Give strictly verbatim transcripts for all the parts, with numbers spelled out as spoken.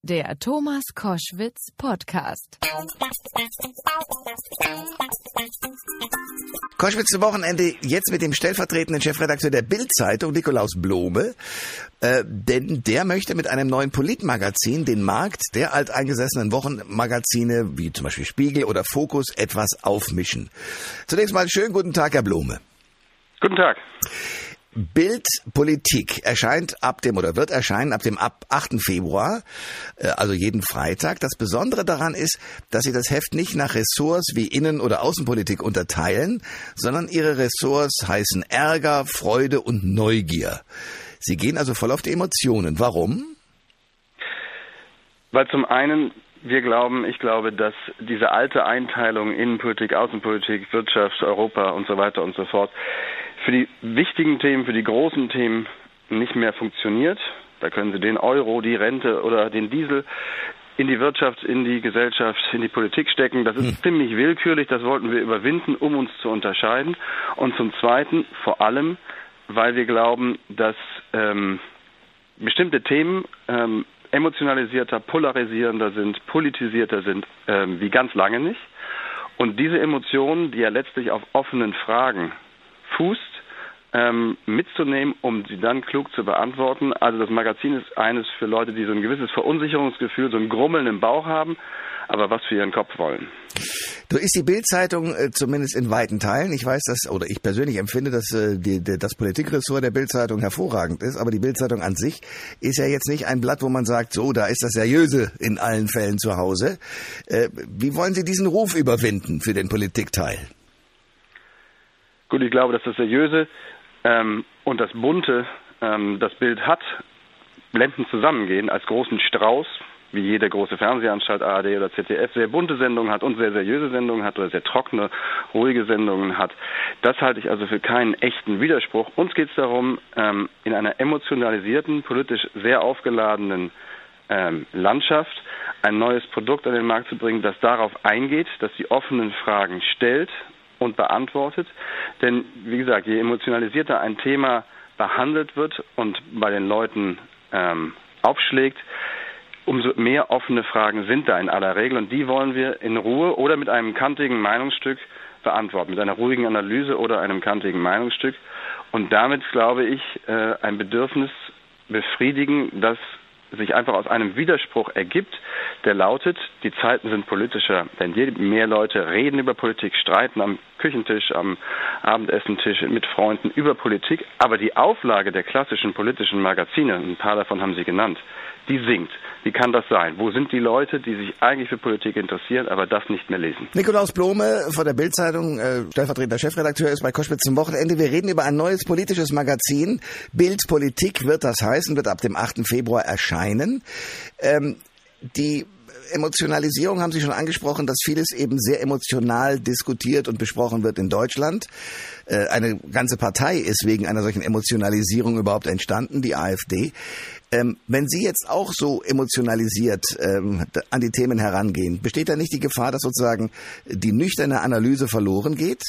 Der Thomas Koschwitz Podcast. Koschwitz zum Wochenende jetzt mit dem stellvertretenden Chefredakteur der Bild-Zeitung, Nikolaus Blome. Äh, denn der möchte mit einem neuen Politmagazin den Markt der alteingesessenen Wochenmagazine, wie zum Beispiel Spiegel oder Focus, etwas aufmischen. Zunächst mal schönen guten Tag, Herr Blome. Guten Tag. Bild Politik erscheint ab dem oder wird erscheinen ab dem ab achten Februar, also jeden Freitag. Das Besondere daran ist, dass Sie das Heft nicht nach Ressorts wie Innen- oder Außenpolitik unterteilen, sondern Ihre Ressorts heißen Ärger, Freude und Neugier. Sie gehen also voll auf die Emotionen. Warum? Weil zum einen wir glauben, ich glaube, dass diese alte Einteilung Innenpolitik, Außenpolitik, Wirtschaft, Europa und so weiter und so fort für die wichtigen Themen, für die großen Themen nicht mehr funktioniert. Da können Sie den Euro, die Rente oder den Diesel in die Wirtschaft, in die Gesellschaft, in die Politik stecken. Das ist hm. ziemlich willkürlich, das wollten wir überwinden, um uns zu unterscheiden. Und zum Zweiten vor allem, weil wir glauben, dass ähm, bestimmte Themen ähm, emotionalisierter, polarisierender sind, politisierter sind, ähm, wie ganz lange nicht. Und diese Emotionen, die ja letztlich auf offenen Fragen fußt, ähm, mitzunehmen, um sie dann klug zu beantworten. Also das Magazin ist eines für Leute, die so ein gewisses Verunsicherungsgefühl, so ein Grummeln im Bauch haben, aber was für ihren Kopf wollen. Du ist die Bild-Zeitung äh, zumindest in weiten Teilen. Ich weiß, dass, oder ich persönlich empfinde, dass äh, die, die, das Politikressort der Bild-Zeitung hervorragend ist, aber die Bild-Zeitung an sich ist ja jetzt nicht ein Blatt, wo man sagt, so, da ist das Seriöse in allen Fällen zu Hause. Äh, wie wollen Sie diesen Ruf überwinden für den Politikteil? Gut, ich glaube, dass das Seriöse ähm, und das Bunte, ähm, das Bild hat, blenden zusammengehen als großen Strauß, wie jede große Fernsehanstalt, A R D oder Z D F, sehr bunte Sendungen hat und sehr seriöse Sendungen hat oder sehr trockene, ruhige Sendungen hat. Das halte ich also für keinen echten Widerspruch. Uns geht es darum, ähm, in einer emotionalisierten, politisch sehr aufgeladenen ähm, Landschaft ein neues Produkt an den Markt zu bringen, das darauf eingeht, dass die offenen Fragen stellt und beantwortet. Denn, wie gesagt, je emotionalisierter ein Thema behandelt wird und bei den Leuten ähm, aufschlägt, umso mehr offene Fragen sind da in aller Regel und die wollen wir in Ruhe oder mit einem kantigen Meinungsstück beantworten, mit einer ruhigen Analyse oder einem kantigen Meinungsstück und damit, glaube ich, äh, ein Bedürfnis befriedigen, das sich einfach aus einem Widerspruch ergibt, der lautet, die Zeiten sind politischer, denn je mehr Leute reden über Politik, streiten am Küchentisch, am Abendessentisch mit Freunden über Politik, aber die Auflage der klassischen politischen Magazine, ein paar davon haben Sie genannt, die sinkt. Wie kann das sein? Wo sind die Leute, die sich eigentlich für Politik interessieren, aber das nicht mehr lesen? Nikolaus Blome von der Bild-Zeitung, äh, stellvertretender Chefredakteur, ist bei Koschwitz zum Wochenende. Wir reden über ein neues politisches Magazin. Bild Politik wird das heißen, wird ab dem achten Februar erscheinen. Ähm, die Emotionalisierung haben Sie schon angesprochen, dass vieles eben sehr emotional diskutiert und besprochen wird in Deutschland. Äh, eine ganze Partei ist wegen einer solchen Emotionalisierung überhaupt entstanden, die AfD. Ähm, wenn Sie jetzt auch so emotionalisiert ähm, an die Themen herangehen, besteht da nicht die Gefahr, dass sozusagen die nüchterne Analyse verloren geht?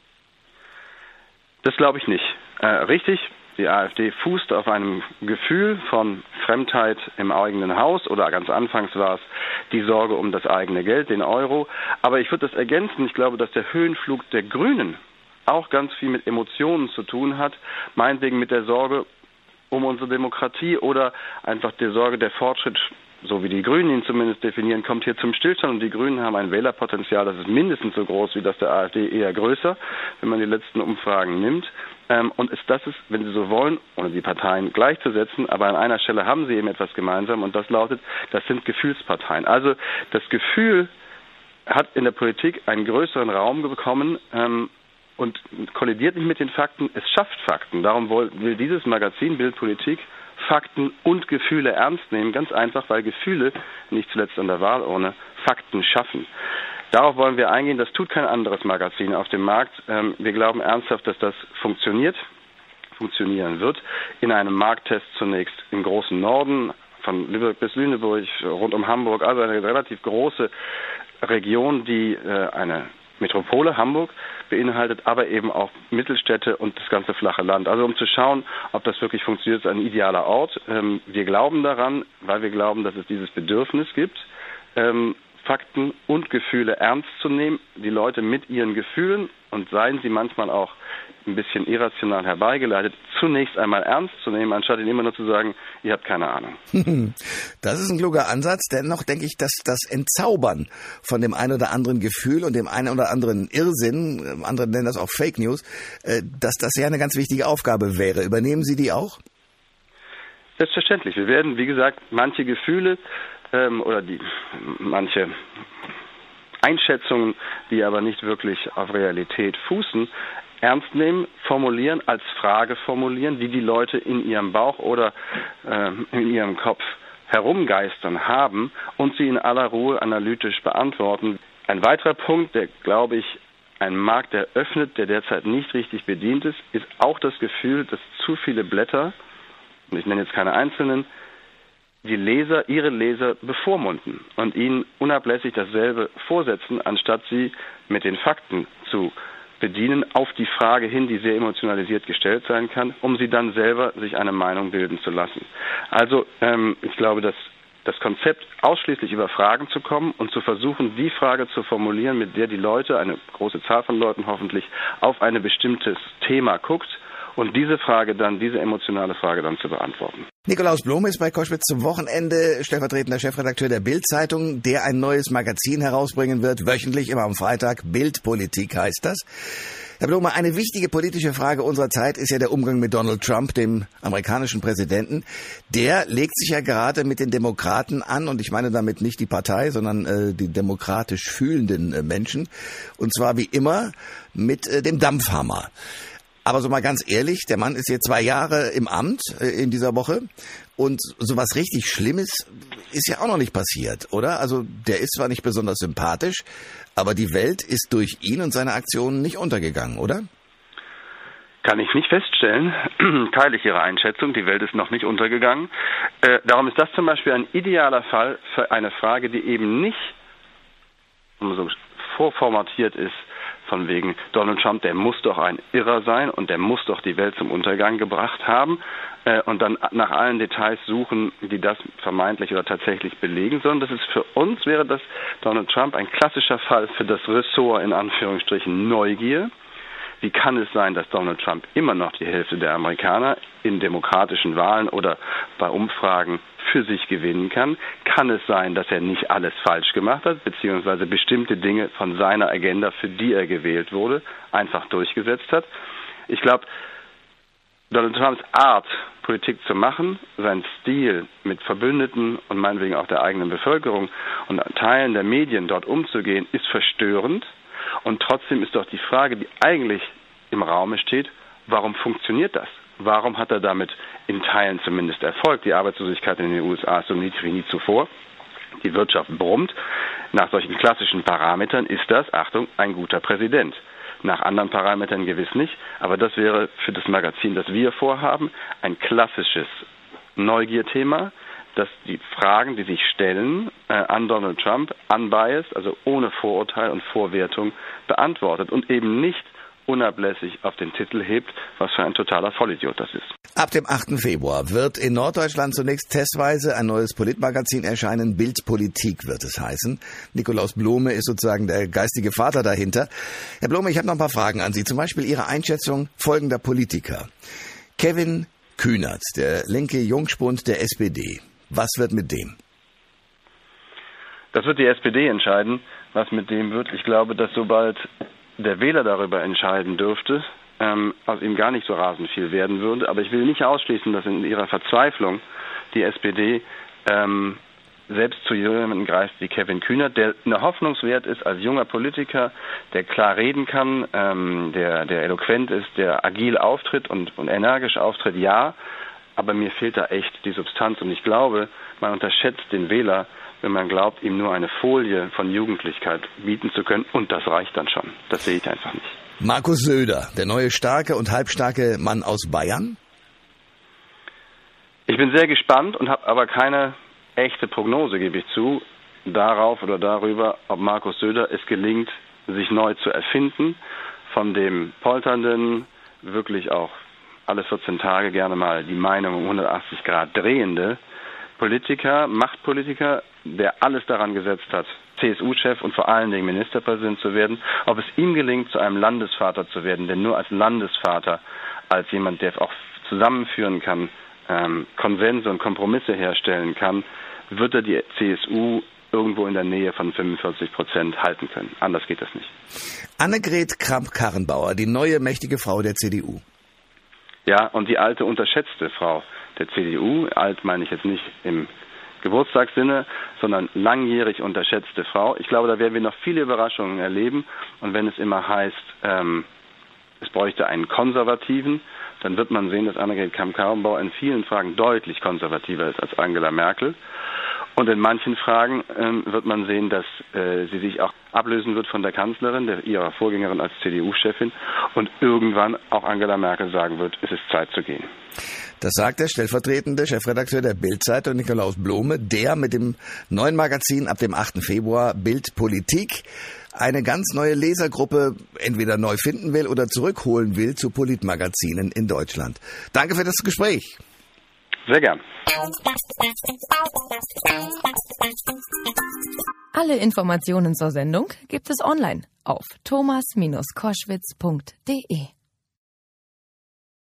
Das glaube ich nicht. Äh, richtig, die AfD fußt auf einem Gefühl von Fremdheit im eigenen Haus oder ganz anfangs war es die Sorge um das eigene Geld, den Euro. Aber ich würde das ergänzen. Ich glaube, dass der Höhenflug der Grünen auch ganz viel mit Emotionen zu tun hat, meinetwegen mit der Sorge um unsere Demokratie oder einfach der Sorge, der Fortschritt, so wie die Grünen ihn zumindest definieren, kommt hier zum Stillstand und die Grünen haben ein Wählerpotenzial, das ist mindestens so groß wie das der AfD, eher größer, wenn man die letzten Umfragen nimmt. Und ist das ist, wenn Sie so wollen, ohne die Parteien gleichzusetzen, aber an einer Stelle haben sie eben etwas gemeinsam und das lautet, das sind Gefühlsparteien. Also das Gefühl hat in der Politik einen größeren Raum bekommen, und kollidiert nicht mit den Fakten, es schafft Fakten. Darum will dieses Magazin Bild Politik Fakten und Gefühle ernst nehmen, ganz einfach, weil Gefühle, nicht zuletzt an der Wahlurne, Fakten schaffen. Darauf wollen wir eingehen, das tut kein anderes Magazin auf dem Markt. Wir glauben ernsthaft, dass das funktioniert, funktionieren wird, in einem Markttest zunächst im großen Norden, von Lübeck bis Lüneburg, rund um Hamburg, also eine relativ große Region, die eine Metropole Hamburg beinhaltet, aber eben auch Mittelstädte und das ganze flache Land. Also um zu schauen, ob das wirklich funktioniert, ist ein idealer Ort. Ähm, wir glauben daran, weil wir glauben, dass es dieses Bedürfnis gibt, ähm, Fakten und Gefühle ernst zu nehmen, die Leute mit ihren Gefühlen, und seien sie manchmal auch ein bisschen irrational herbeigeleitet, zunächst einmal ernst zu nehmen, anstatt ihnen immer nur zu sagen, ihr habt keine Ahnung. Das ist ein kluger Ansatz. Dennoch denke ich, dass das Entzaubern von dem einen oder anderen Gefühl und dem einen oder anderen Irrsinn, andere nennen das auch Fake News, dass das ja eine ganz wichtige Aufgabe wäre. Übernehmen Sie die auch? Selbstverständlich. Wir werden, wie gesagt, manche Gefühle ähm, oder die manche Einschätzungen, die aber nicht wirklich auf Realität fußen, ernst nehmen, formulieren, als Frage formulieren, die die Leute in ihrem Bauch oder äh, in ihrem Kopf herumgeistern haben und sie in aller Ruhe analytisch beantworten. Ein weiterer Punkt, der, glaube ich, einen Markt eröffnet, der derzeit nicht richtig bedient ist, ist auch das Gefühl, dass zu viele Blätter, und ich nenne jetzt keine einzelnen, die Leser, ihre Leser bevormunden und ihnen unablässig dasselbe vorsetzen, anstatt sie mit den Fakten zu bedienen, auf die Frage hin, die sehr emotionalisiert gestellt sein kann, um sie dann selber sich eine Meinung bilden zu lassen. Also ähm, ich glaube, dass das Konzept, ausschließlich über Fragen zu kommen und zu versuchen, die Frage zu formulieren, mit der die Leute, eine große Zahl von Leuten hoffentlich, auf ein bestimmtes Thema guckt, und diese Frage dann, diese emotionale Frage dann zu beantworten. Nikolaus Blome ist bei Koschwitz zum Wochenende stellvertretender Chefredakteur der Bild-Zeitung, der ein neues Magazin herausbringen wird, wöchentlich, immer am Freitag. Bild-Politik heißt das. Herr Blome, eine wichtige politische Frage unserer Zeit ist ja der Umgang mit Donald Trump, dem amerikanischen Präsidenten. Der legt sich ja gerade mit den Demokraten an, und ich meine damit nicht die Partei, sondern äh, die demokratisch fühlenden äh, Menschen, und zwar wie immer mit äh, dem Dampfhammer. Aber so mal ganz ehrlich, der Mann ist jetzt zwei Jahre im Amt äh, in dieser Woche, und sowas richtig Schlimmes ist ja auch noch nicht passiert, oder? Also der ist zwar nicht besonders sympathisch, aber die Welt ist durch ihn und seine Aktionen nicht untergegangen, oder? Kann ich nicht feststellen. Teile ich Ihre Einschätzung. Die Welt ist noch nicht untergegangen. Äh, darum ist das zum Beispiel ein idealer Fall für eine Frage, die eben nicht so vorformatiert ist, von wegen Donald Trump, der muss doch ein Irrer sein und der muss doch die Welt zum Untergang gebracht haben, äh, und dann nach allen Details suchen, die das vermeintlich oder tatsächlich belegen, sondern das ist für uns, wäre das Donald Trump ein klassischer Fall für das Ressort in Anführungsstrichen Neugier. Wie kann es sein, dass Donald Trump immer noch die Hälfte der Amerikaner in demokratischen Wahlen oder bei Umfragen für sich gewinnen kann? Kann es sein, dass er nicht alles falsch gemacht hat, beziehungsweise bestimmte Dinge von seiner Agenda, für die er gewählt wurde, einfach durchgesetzt hat? Ich glaube, Donald Trumps Art, Politik zu machen, sein Stil mit Verbündeten und meinetwegen auch der eigenen Bevölkerung und Teilen der Medien dort umzugehen, ist verstörend. Und trotzdem ist doch die Frage, die eigentlich im Raume steht, warum funktioniert das? Warum hat er damit in Teilen zumindest Erfolg? Die Arbeitslosigkeit in den U S A ist so niedrig wie nie zuvor. Die Wirtschaft brummt. Nach solchen klassischen Parametern ist das, Achtung, ein guter Präsident. Nach anderen Parametern gewiss nicht. Aber das wäre für das Magazin, das wir vorhaben, ein klassisches Neugierthema, dass die Fragen, die sich stellen äh, an Donald Trump, unbiased, also ohne Vorurteil und Vorwertung, beantwortet und eben nicht unablässig auf den Titel hebt, was für ein totaler Vollidiot das ist. Ab dem achten Februar wird in Norddeutschland zunächst testweise ein neues Politmagazin erscheinen. Bild-Politik wird es heißen. Nikolaus Blome ist sozusagen der geistige Vater dahinter. Herr Blome, ich habe noch ein paar Fragen an Sie. Zum Beispiel Ihre Einschätzung folgender Politiker. Kevin Kühnert, der linke Jungspund der S P D. Was wird mit dem? Das wird die S P D entscheiden, was mit dem wird. Ich glaube, dass sobald der Wähler darüber entscheiden dürfte, ähm, aus ihm gar nicht so rasend viel werden würde. Aber ich will nicht ausschließen, dass in ihrer Verzweiflung die S P D ähm, selbst zu jemandem greift wie Kevin Kühnert, der eine Hoffnungswert ist als junger Politiker, der klar reden kann, ähm, der, der eloquent ist, der agil auftritt und, und energisch auftritt, ja. Aber mir fehlt da echt die Substanz, und ich glaube, man unterschätzt den Wähler, wenn man glaubt, ihm nur eine Folie von Jugendlichkeit bieten zu können, und das reicht dann schon. Das sehe ich einfach nicht. Markus Söder, der neue starke und halbstarke Mann aus Bayern? Ich bin sehr gespannt und habe aber keine echte Prognose, gebe ich zu, darauf oder darüber, ob Markus Söder es gelingt, sich neu zu erfinden, von dem polternden, wirklich auch alle vierzehn Tage gerne mal die Meinung um hundertachtzig Grad drehende Politiker, Machtpolitiker, der alles daran gesetzt hat, C S U-Chef und vor allen Dingen Ministerpräsident zu werden, ob es ihm gelingt, zu einem Landesvater zu werden, denn nur als Landesvater, als jemand, der auch zusammenführen kann, ähm, Konsense und Kompromisse herstellen kann, wird er die C S U irgendwo in der Nähe von fünfundvierzig Prozent halten können. Anders geht das nicht. Annegret Kramp-Karrenbauer, die neue mächtige Frau der C D U. Ja, und die alte, unterschätzte Frau der C D U, alt meine ich jetzt nicht im Geburtstagssinne, sondern langjährig unterschätzte Frau. Ich glaube, da werden wir noch viele Überraschungen erleben. Und wenn es immer heißt, ähm, es bräuchte einen Konservativen, dann wird man sehen, dass Annegret Kramp-Karrenbauer in vielen Fragen deutlich konservativer ist als Angela Merkel. Und in manchen Fragen ähm, wird man sehen, dass äh, sie sich auch ablösen wird von der Kanzlerin, der, ihrer Vorgängerin als C D U-Chefin, und irgendwann auch Angela Merkel sagen wird, es ist Zeit zu gehen. Das sagt der stellvertretende Chefredakteur der Bild-Zeitung, Nikolaus Blome, der mit dem neuen Magazin ab dem achten Februar Bild Politik eine ganz neue Lesergruppe entweder neu finden will oder zurückholen will zu Politmagazinen in Deutschland. Danke für das Gespräch. Sehr gern. Alle Informationen zur Sendung gibt es online auf thomas Bindestrich koschwitz punkt de.